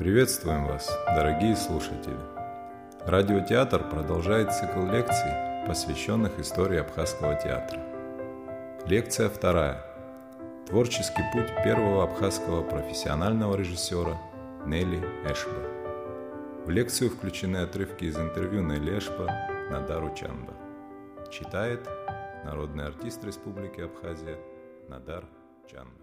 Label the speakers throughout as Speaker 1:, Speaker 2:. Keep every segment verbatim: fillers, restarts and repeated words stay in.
Speaker 1: Приветствуем вас, дорогие слушатели! Радиотеатр продолжает цикл лекций, посвященных истории абхазского театра. Лекция вторая. Творческий путь первого абхазского профессионального режиссера Нели Эшба. В лекцию включены отрывки из интервью Нели Эшба Надару Чанба. Читает народный артист Республики Абхазия Надар Чанба.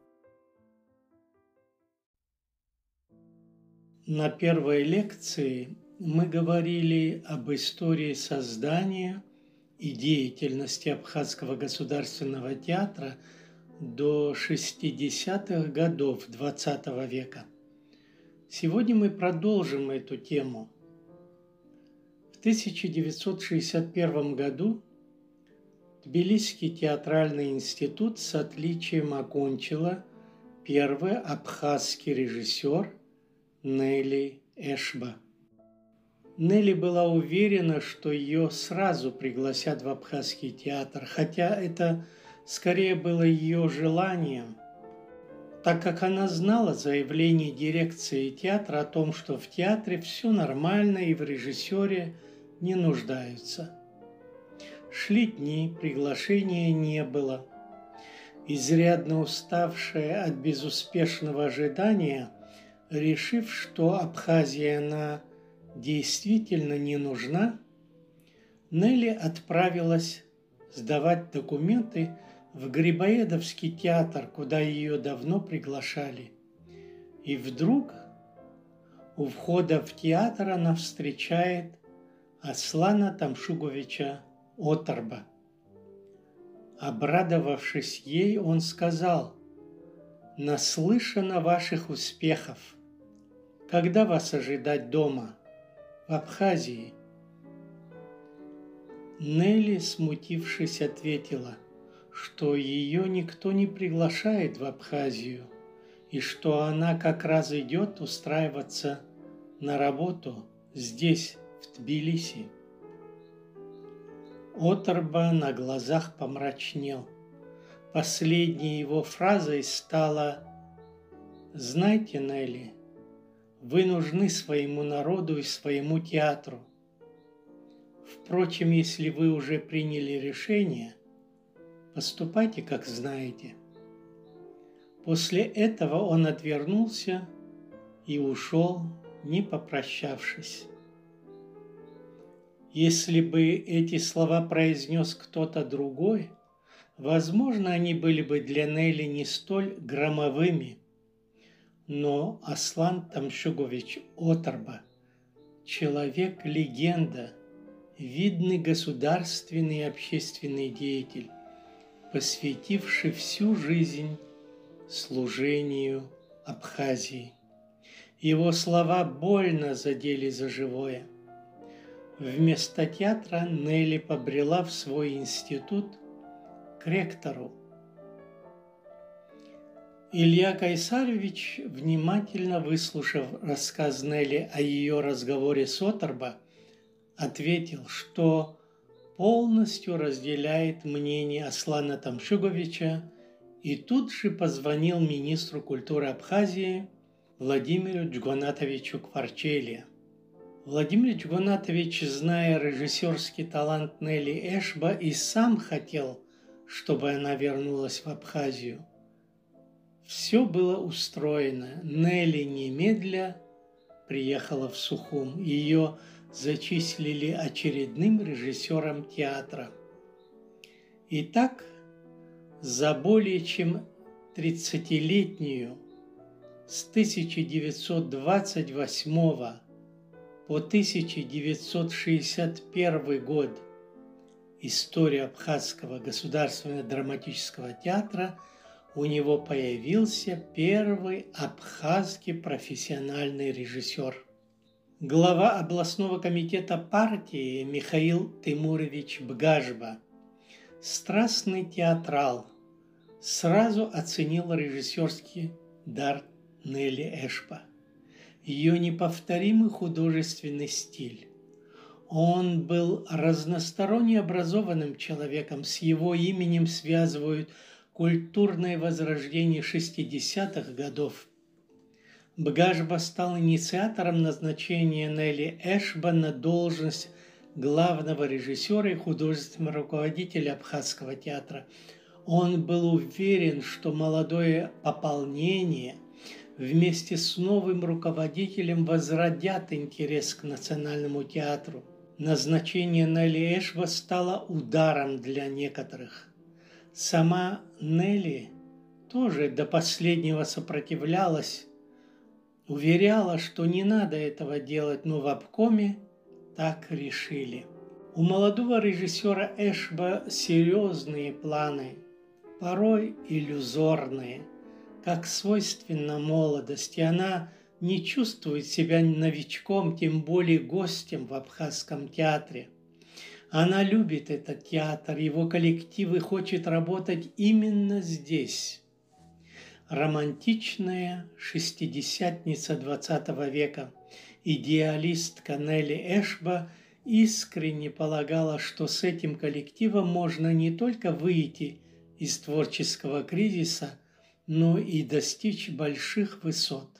Speaker 2: На первой лекции мы говорили об истории создания и деятельности Абхазского государственного театра до шестидесятых годов двадцатого века. Сегодня мы продолжим эту тему. В тысяча девятьсот шестьдесят первом году Тбилисский театральный институт с отличием окончила первый абхазский режиссер Нели Эшба. Нели была уверена, что ее сразу пригласят в абхазский театр, хотя это скорее было ее желанием, так как она знала заявление дирекции театра о том, что в театре все нормально и в режиссере не нуждаются. Шли дни, приглашения не было. Изрядно уставшая от безуспешного ожидания, решив, что Абхазия она действительно не нужна, Нели отправилась сдавать документы в Грибоедовский театр, куда ее давно приглашали. И вдруг у входа в театр она встречает Аслана Тамшуговича Оторба. Обрадовавшись ей, он сказал: «Наслышан о ваших успехах. Когда вас ожидать дома, в Абхазии?» Нели, смутившись, ответила, что ее никто не приглашает в Абхазию и что она как раз идет устраиваться на работу здесь, в Тбилиси. Оторба на глазах помрачнел. Последней его фразой стало: «Знаете, Нели, вы нужны своему народу и своему театру. Впрочем, если вы уже приняли решение, поступайте, как знаете». После этого он отвернулся и ушел, не попрощавшись. Если бы эти слова произнес кто-то другой, возможно, они были бы для Нели не столь громовыми. Но Аслан Тамшугович Оторба – человек-легенда, видный государственный и общественный деятель, посвятивший всю жизнь служению Абхазии. Его слова больно задели за живое. Вместо театра Нели побрела в свой институт к ректору. Илья Кайсарович, внимательно выслушав рассказ Нели о ее разговоре с Оторба, ответил, что полностью разделяет мнение Аслана Тамшуговича, и тут же позвонил министру культуры Абхазии Владимиру Джгонатовичу Кварчелия. Владимир Джгонатович, зная режиссерский талант Нели Эшба, и сам хотел, чтобы она вернулась в Абхазию. Все было устроено. Нели немедля приехала в Сухум. Ее зачислили очередным режиссером театра. Итак, за более чем тридцатилетнюю, с тысяча девятьсот двадцать восьмого по тысяча девятьсот шестьдесят первый год историю Абхазского государственного драматического театра у него появился первый абхазский профессиональный режиссер. Глава областного комитета партии Михаил Тимурович Бгажба, страстный театрал, сразу оценил режиссерский дар Нели Эшба, ее неповторимый художественный стиль. Он был разносторонне образованным человеком, с его именем связывают культурное возрождение шестидесятых годов. Бгашба стал инициатором назначения Нелли Эшба на должность главного режиссера и художественного руководителя Абхазского театра. Он был уверен, что молодое пополнение вместе с новым руководителем возродят интерес к национальному театру. Назначение Нелли Эшба стало ударом для некоторых. Сама Нелли тоже до последнего сопротивлялась, уверяла, что не надо этого делать, но в обкоме так решили. У молодого режиссера Эшба серьезные планы, порой иллюзорные. Как свойственно молодости, она не чувствует себя новичком, тем более гостем в Абхазском театре. Она любит этот театр, его коллектив и хочет работать именно здесь. Романтичная шестидесятница двадцатого века, идеалистка Нелли Эшба искренне полагала, что с этим коллективом можно не только выйти из творческого кризиса, но и достичь больших высот.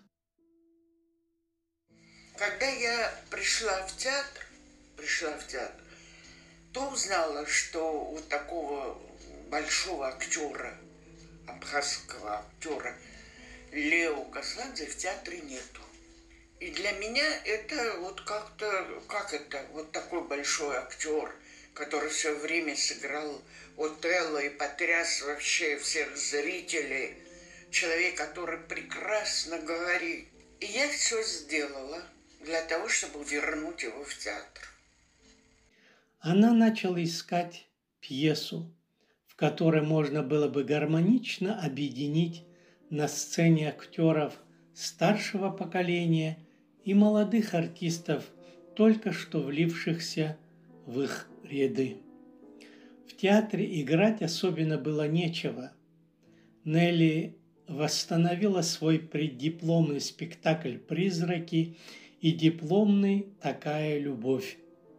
Speaker 3: Когда я пришла в театр, пришла в театр, то узнала, что у такого большого актера, абхазского актера Лео Касладзе в театре нету. И для меня это вот как-то, как это, вот такой большой актер, который все время сыграл Отелло и потряс вообще всех зрителей, человек, который прекрасно говорит. И я все сделала для того, чтобы вернуть его в театр.
Speaker 2: Она начала искать пьесу, в которой можно было бы гармонично объединить на сцене актеров старшего поколения и молодых артистов, только что влившихся в их ряды. В театре играть особенно было нечего. Нелли восстановила свой преддипломный спектакль «Призраки» и дипломный «Такая любовь».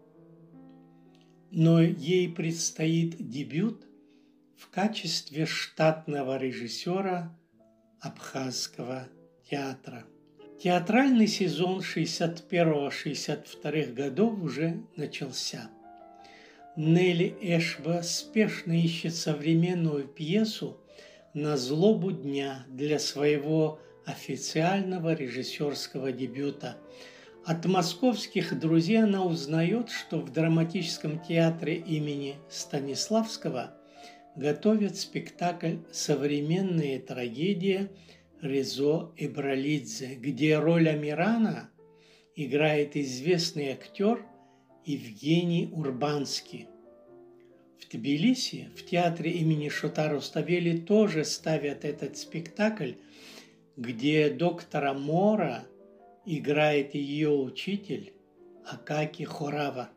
Speaker 2: Но ей предстоит дебют в качестве штатного режиссера Абхазского театра. Театральный сезон шестьдесят первого — шестьдесят второго годов уже начался. Нелли Эшба спешно ищет современную пьесу на злобу дня для своего официального режиссерского дебюта. От московских друзей она узнает, что в драматическом театре имени Станиславского готовят спектакль «Современная трагедия» Резо Ибралидзе, где роль Амирана играет известный актер Евгений Урбанский. В Тбилиси, в театре имени Шота Руставели тоже ставят этот спектакль, где доктора Мора играет ее учитель Акаки Хорава.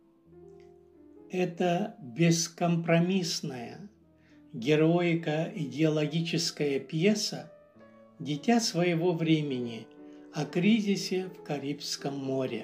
Speaker 2: Это бескомпромиссная, героико-идеологическая пьеса «Дитя своего времени» о кризисе в Карибском море.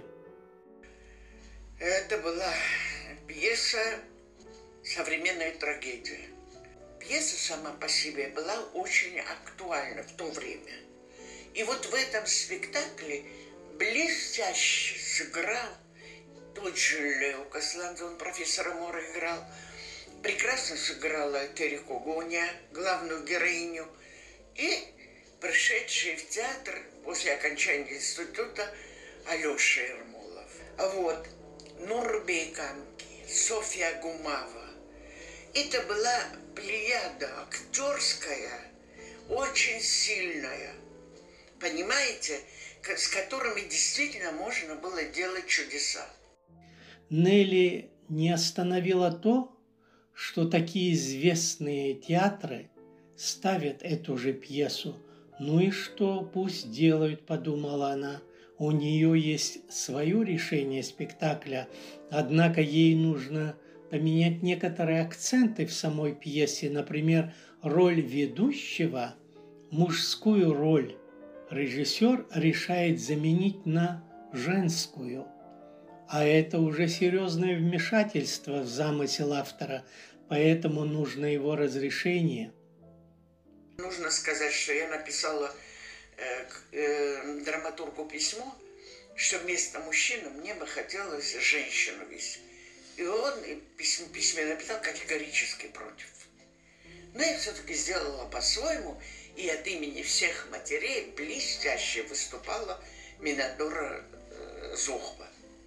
Speaker 3: Это была пьеса «Современная трагедия». Пьеса сама по себе была очень актуальна в то время. И вот в этом спектакле блестяще сыграл тот же Лео Касладзе, он профессора Мора играл, прекрасно сыграла Терико Гоня, главную героиню, и пришедший в театр после окончания института Алеша Ермолов. А вот Нурбек Амки, Софья Гумава. Это была плеяда актерская, очень сильная, понимаете, с которыми действительно можно было делать чудеса.
Speaker 2: Нелли не остановила то, что такие известные театры ставят эту же пьесу. Ну и что, пусть делают, подумала она. У нее есть свое решение спектакля, однако ей нужно поменять некоторые акценты в самой пьесе. Например, роль ведущего, мужскую роль, режиссер решает заменить на женскую. А это уже серьезное вмешательство в замысел автора, поэтому нужно его разрешение.
Speaker 3: Нужно сказать, что я написала э, к э, драматургу письмо, что вместо мужчины мне бы хотелось женщину вести. И он письме, письме написал категорически против. Но я все-таки сделала по-своему, и от имени всех матерей блестяще выступала Минадора э, Зохба.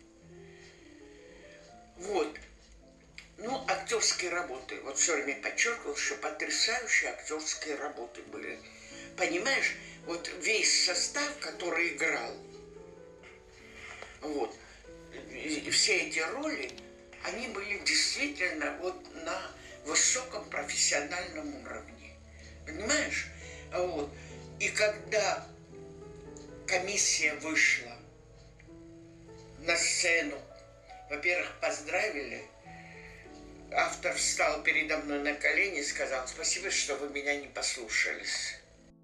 Speaker 3: Вот. Ну, актерские работы. Вот все время подчеркивал, что потрясающие актерские работы были. Понимаешь, вот весь состав, который играл, вот, и все эти роли, они были действительно вот на высоком профессиональном уровне. Понимаешь? Вот. И когда комиссия вышла на сцену, во-первых, поздравили, автор встал передо мной на колени и сказал: спасибо, что вы меня не послушались.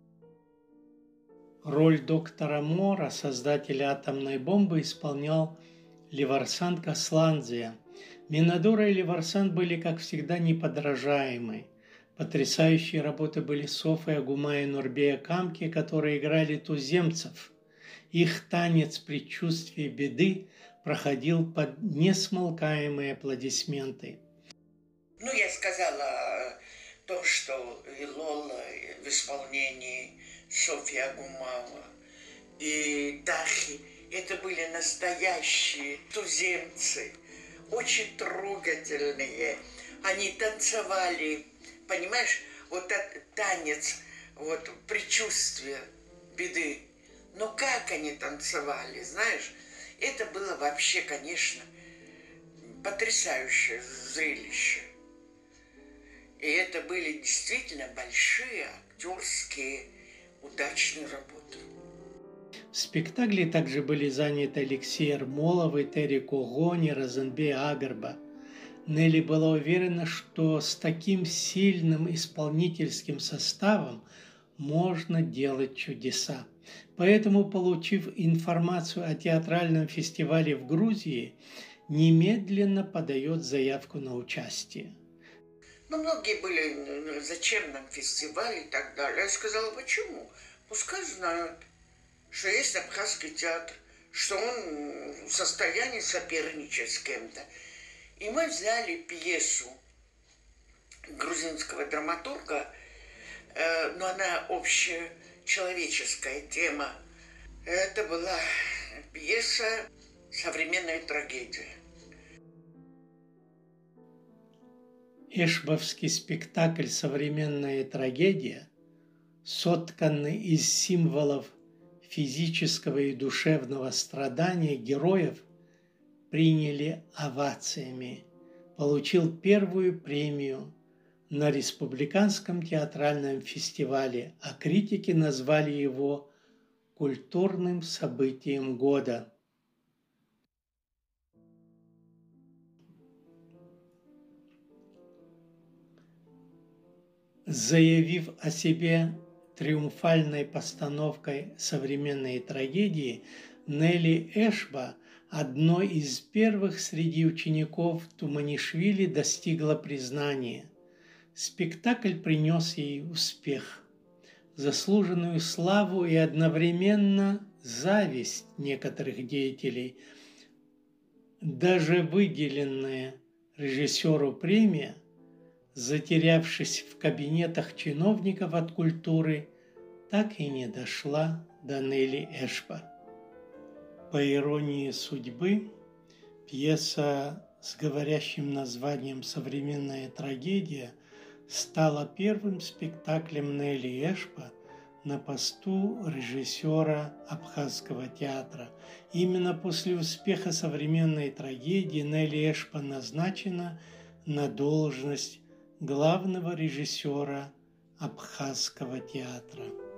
Speaker 2: Роль доктора Мора, создателя атомной бомбы, исполнял Леварсан Касландзе. Минадора и Леварсан были, как всегда, неподражаемы. Потрясающие работы были Софья Агума и Нурбея Камки, которые играли туземцев. Их танец предчувствия беды проходил под несмолкаемые аплодисменты.
Speaker 3: Ну, я сказала то, что и Лола в исполнении Софьи Агумова и Дахи — это были настоящие туземцы, очень трогательные. Они танцевали, понимаешь, вот этот танец, вот предчувствие беды. Но как они танцевали, знаешь, это было вообще, конечно, потрясающее зрелище. И это были действительно большие актерские удачные работы.
Speaker 2: В спектакле также были заняты Алексей Ермолов и Терри Когони, Розенбей Агарба. Нелли была уверена, что с таким сильным исполнительским составом можно делать чудеса. Поэтому, получив информацию о театральном фестивале в Грузии, немедленно подает заявку на участие.
Speaker 3: Ну, многие были, зачем нам фестиваль и так далее. Я сказала, почему? Пускай знают, что есть Абхазский театр, что он в состоянии соперничать с кем-то. И мы взяли пьесу грузинского драматурга, э, но она общечеловеческая тема. Это была пьеса «Современная трагедия».
Speaker 2: Эшбовский спектакль «Современная трагедия», сотканный из символов физического и душевного страдания героев, приняли овациями, получил первую премию на Республиканском театральном фестивале, а критики назвали его культурным событием года. Заявив о себе триумфальной постановкой современной трагедии, Нелли Эшба, одной из первых среди учеников Туманишвили, достигла признания. Спектакль принес ей успех, заслуженную славу и одновременно зависть некоторых деятелей. Даже выделенная режиссеру премия, затерявшись в кабинетах чиновников от культуры, так и не дошла до Нелли Эшба. По иронии судьбы, пьеса с говорящим названием «Современная трагедия» стала первым спектаклем Нелли Эшба на посту режиссера Абхазского театра. Именно после успеха «Современной трагедии» Нелли Эшба назначена на должность главного режиссера Абхазского театра.